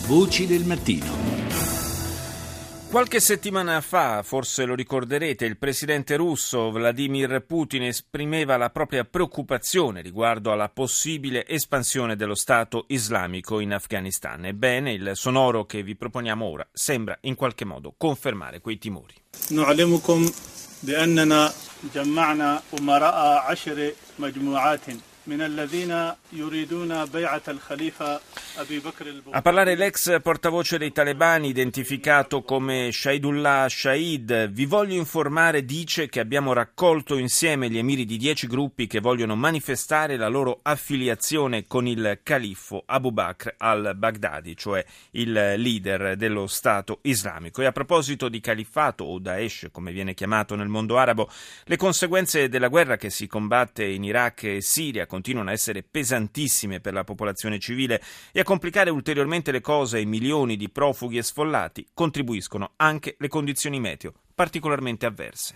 Voci del mattino. Qualche settimana fa, forse lo ricorderete, il presidente russo Vladimir Putin esprimeva la propria preoccupazione riguardo alla possibile espansione dello Stato islamico in Afghanistan. Ebbene, il sonoro che vi proponiamo ora sembra in qualche modo confermare quei timori. نعلمكم بأننا جمعنا أمراء 10 مجموعات من الذين يريدون بيعة الخليفة أبي بكر. A parlare l'ex portavoce dei talebani identificato come Shahidullah Shahid. Vi voglio informare, dice, che abbiamo raccolto insieme gli emiri di 10 gruppi che vogliono manifestare la loro affiliazione con il califfo Abu Bakr al-Baghdadi, cioè il leader dello Stato islamico. E a proposito di califfato o Daesh, come viene chiamato nel mondo arabo, le conseguenze della guerra che si combatte in Iraq e Siria continuano a essere pesantissime per la popolazione civile e a complicare ulteriormente le cose ai milioni di profughi e sfollati contribuiscono anche le condizioni meteo particolarmente avverse.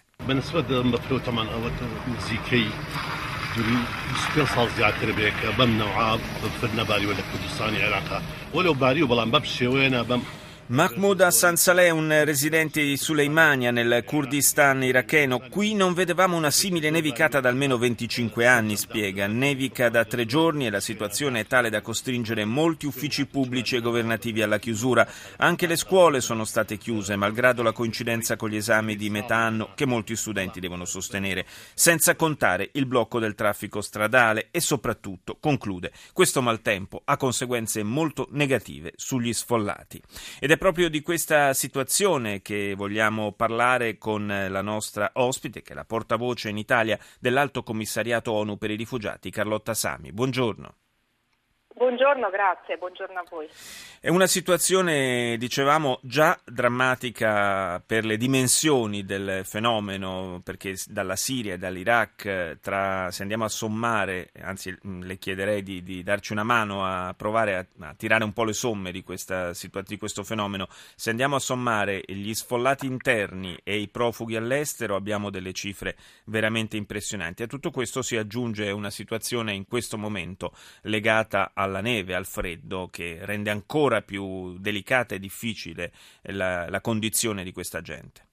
Mahmoud Hassan Saleh, un residente di Suleimania nel Kurdistan iracheno. Qui non vedevamo una simile nevicata da almeno 25 anni, spiega. Nevica da 3 giorni e la situazione è tale da costringere molti uffici pubblici e governativi alla chiusura. Anche le scuole sono state chiuse, malgrado la coincidenza con gli esami di metà anno che molti studenti devono sostenere, senza contare il blocco del traffico stradale e soprattutto, conclude, questo maltempo ha conseguenze molto negative sugli sfollati. Ed è proprio di questa situazione che vogliamo parlare con la nostra ospite, che è la portavoce in Italia dell'Alto Commissariato ONU per i Rifugiati, Carlotta Sami. Buongiorno. Buongiorno, grazie, buongiorno a voi. È una situazione, dicevamo, già drammatica per le dimensioni del fenomeno, perché dalla Siria e dall'Iraq, se andiamo a sommare, anzi le chiederei di darci una mano a provare a tirare un po' le somme di questo fenomeno, se andiamo a sommare gli sfollati interni e i profughi all'estero abbiamo delle cifre veramente impressionanti. A tutto questo si aggiunge una situazione in questo momento legata alla neve, al freddo, che rende ancora più delicata e difficile la condizione di questa gente.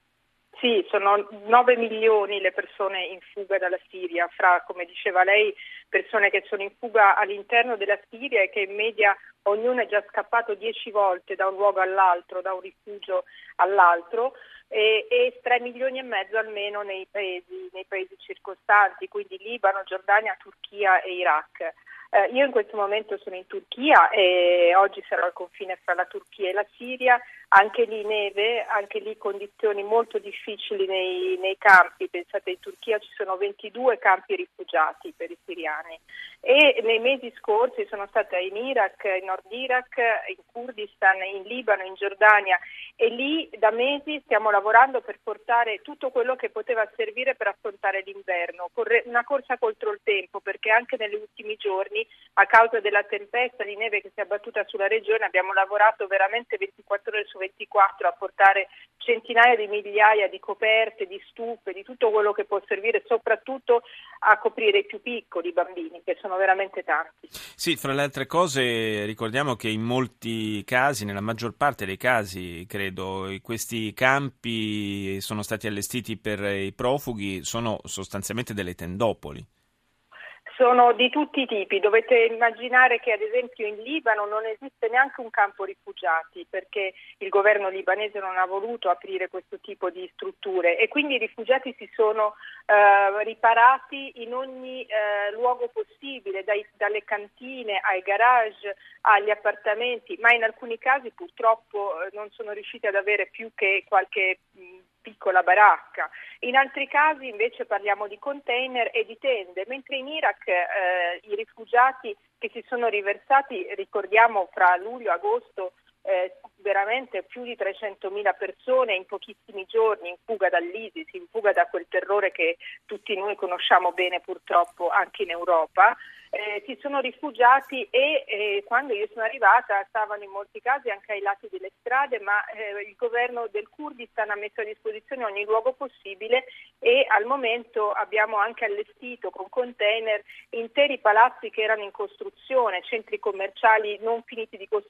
Sì, sono 9 milioni le persone in fuga dalla Siria, fra, come diceva lei, persone che sono in fuga all'interno della Siria e che in media ognuno è già scappato 10 volte da un luogo all'altro, da un rifugio all'altro, e 3 milioni e mezzo almeno nei paesi circostanti, quindi Libano, Giordania, Turchia e Iraq. Io in questo momento sono in Turchia e oggi sarò al confine fra la Turchia e la Siria, anche lì neve, anche lì condizioni molto difficili nei campi. Pensate, in Turchia ci sono 22 campi rifugiati per i siriani e nei mesi scorsi sono stata in Iraq, in Nord Iraq, in Kurdistan, in Libano, in Giordania e lì da mesi stiamo lavorando per portare tutto quello che poteva servire per affrontare l'inverno, una corsa contro il tempo, perché anche negli ultimi giorni a causa della tempesta di neve che si è abbattuta sulla regione abbiamo lavorato veramente 24 ore su 24 a portare centinaia di migliaia di coperte, di stufe, di tutto quello che può servire soprattutto a coprire i più piccoli, i bambini, che sono veramente tanti. Sì, fra le altre cose ricordiamo che in molti casi, nella maggior parte dei casi credo, questi campi sono stati allestiti per i profughi, sono sostanzialmente delle tendopoli. Sono di tutti i tipi, dovete immaginare che ad esempio in Libano non esiste neanche un campo rifugiati perché il governo libanese non ha voluto aprire questo tipo di strutture e quindi i rifugiati si sono riparati in ogni luogo possibile, dalle cantine ai garage, agli appartamenti, ma in alcuni casi purtroppo non sono riusciti ad avere più che qualche piccola baracca. In altri casi invece parliamo di container e di tende, mentre in Iraq i rifugiati che si sono riversati, ricordiamo fra luglio e agosto, veramente più di 300.000 persone in pochissimi giorni in fuga dall'ISIS, in fuga da quel terrore che tutti noi conosciamo bene purtroppo anche in Europa. Si sono rifugiati e quando io sono arrivata stavano in molti casi anche ai lati delle strade, ma il governo del Kurdistan ha messo a disposizione ogni luogo possibile e al momento abbiamo anche allestito con container interi palazzi che erano in costruzione, centri commerciali non finiti di costruire, dove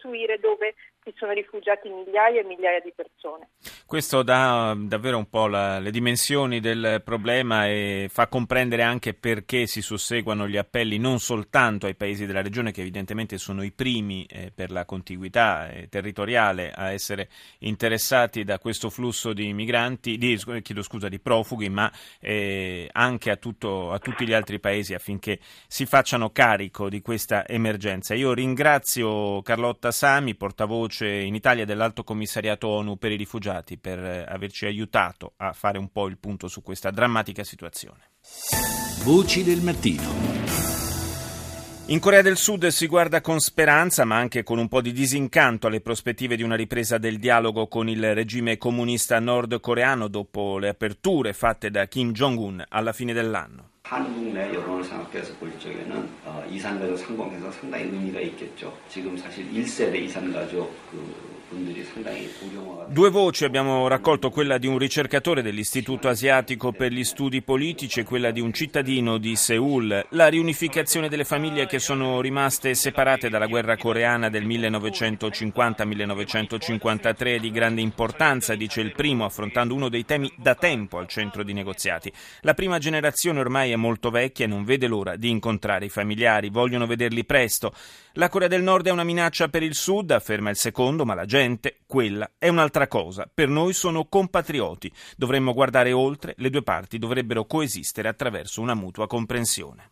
dove si sono rifugiati migliaia e migliaia di persone. Questo dà davvero un po' le dimensioni del problema e fa comprendere anche perché si susseguono gli appelli non soltanto ai paesi della regione, che evidentemente sono i primi per la contiguità territoriale a essere interessati da questo flusso di migranti, di profughi, ma anche a tutti gli altri paesi affinché si facciano carico di questa emergenza. Io ringrazio Carlotta Sami, portavoce in Italia dell'Alto Commissariato ONU per i rifugiati, per averci aiutato a fare un po' il punto su questa drammatica situazione. Voci del mattino. In Corea del Sud si guarda con speranza, ma anche con un po' di disincanto, alle prospettive di una ripresa del dialogo con il regime comunista nordcoreano dopo le aperture fatte da Kim Jong-un alla fine dell'anno. 한국 내 여론을 생각해서 볼 적에는 이산가족 상봉해서 상당히 의미가 있겠죠. 지금 사실 1세대 이산가족 분들이 상당히 고령화가. Due voci abbiamo raccolto, quella di un ricercatore dell'Istituto Asiatico per gli Studi Politici e quella di un cittadino di Seul. La riunificazione delle famiglie che sono rimaste separate dalla guerra coreana del 1950-1953 è di grande importanza, dice il primo, affrontando uno dei temi da tempo al centro di negoziati. La prima generazione ormai è molto vecchia e non vede l'ora di incontrare i familiari, vogliono vederli presto. La Corea del Nord è una minaccia per il Sud, afferma il secondo, ma la gente, quella è un'altra cosa. Per noi sono compatrioti, dovremmo guardare oltre, le due parti dovrebbero coesistere attraverso una mutua comprensione.